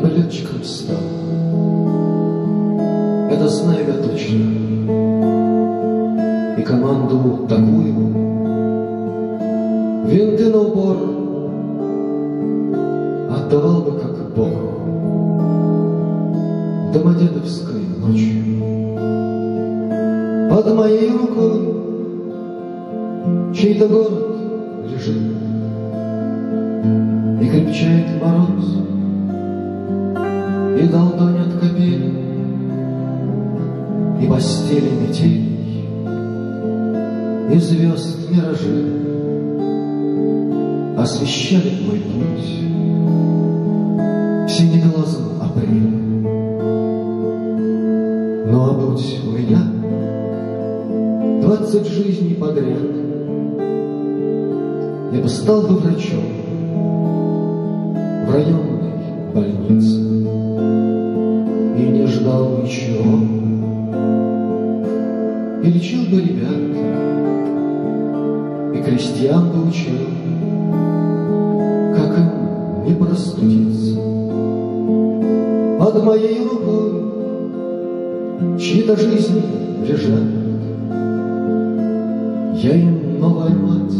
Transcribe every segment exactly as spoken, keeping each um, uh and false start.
летчиком стал. Это знаю я точно. И команду такую, винты на упор, отдавал бы как Бог домодедовской ночью. Под моей рукой чей-то город лежит, и крепчает мороз, и долдонят капели, и постели метелей, и звезд миражи освещали мой путь в синеглазом апреле. Ну а будь у меня двадцать жизней подряд, я бы стал бы врачом в районной больнице и не ждал ничего, и лечил бы ребят, и крестьян бы учил, как им не простудиться. Под моей рукой чьи-то жизни лежат, я им новая мать,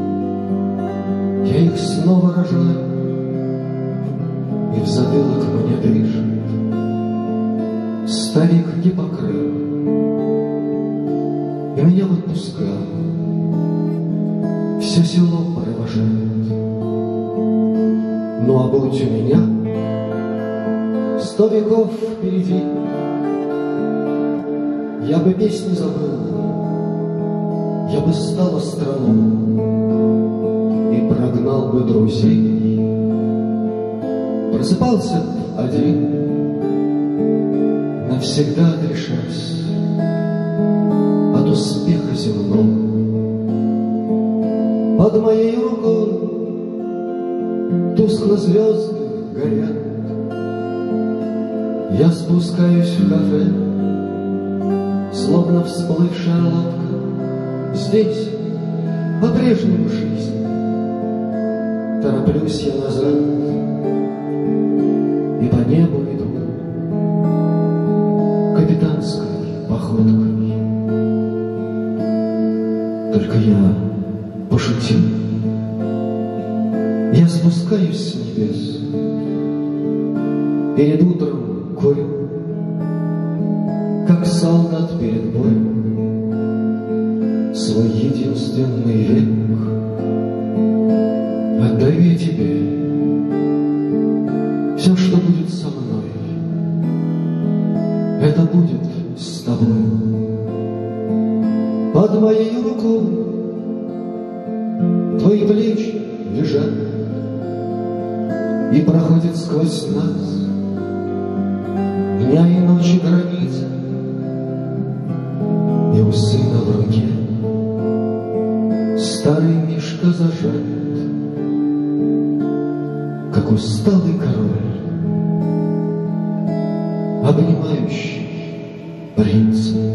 я их снова рожаю, и в затылок мне дышит старик Гиппократ, и меня в отпуска все село провожает. Ну а будь у меня сто веков впереди, я бы песни забыл, я бы стал астрономом и прогнал бы друзей. Просыпался один, навсегда отрешаясь от успеха земного. Под моей рукой тускло звезды горят, я спускаюсь в кафе, словно всплывшая лодка. Здесь по-прежнему жизнь, тороплюсь я назад, и по небу иду капитанской походкой. Только я пошутил, я спускаюсь с небес, перед утром курю, как солдат перед боем, свой единственный век отдаю я тебе. Все, что будет со мной, это будет с тобой. Под моей рукой твои плечи лежат, и проходит сквозь нас дня и ночи граница, и у сына в руке старый мишка зажат, как усталый король, обнимающий принца.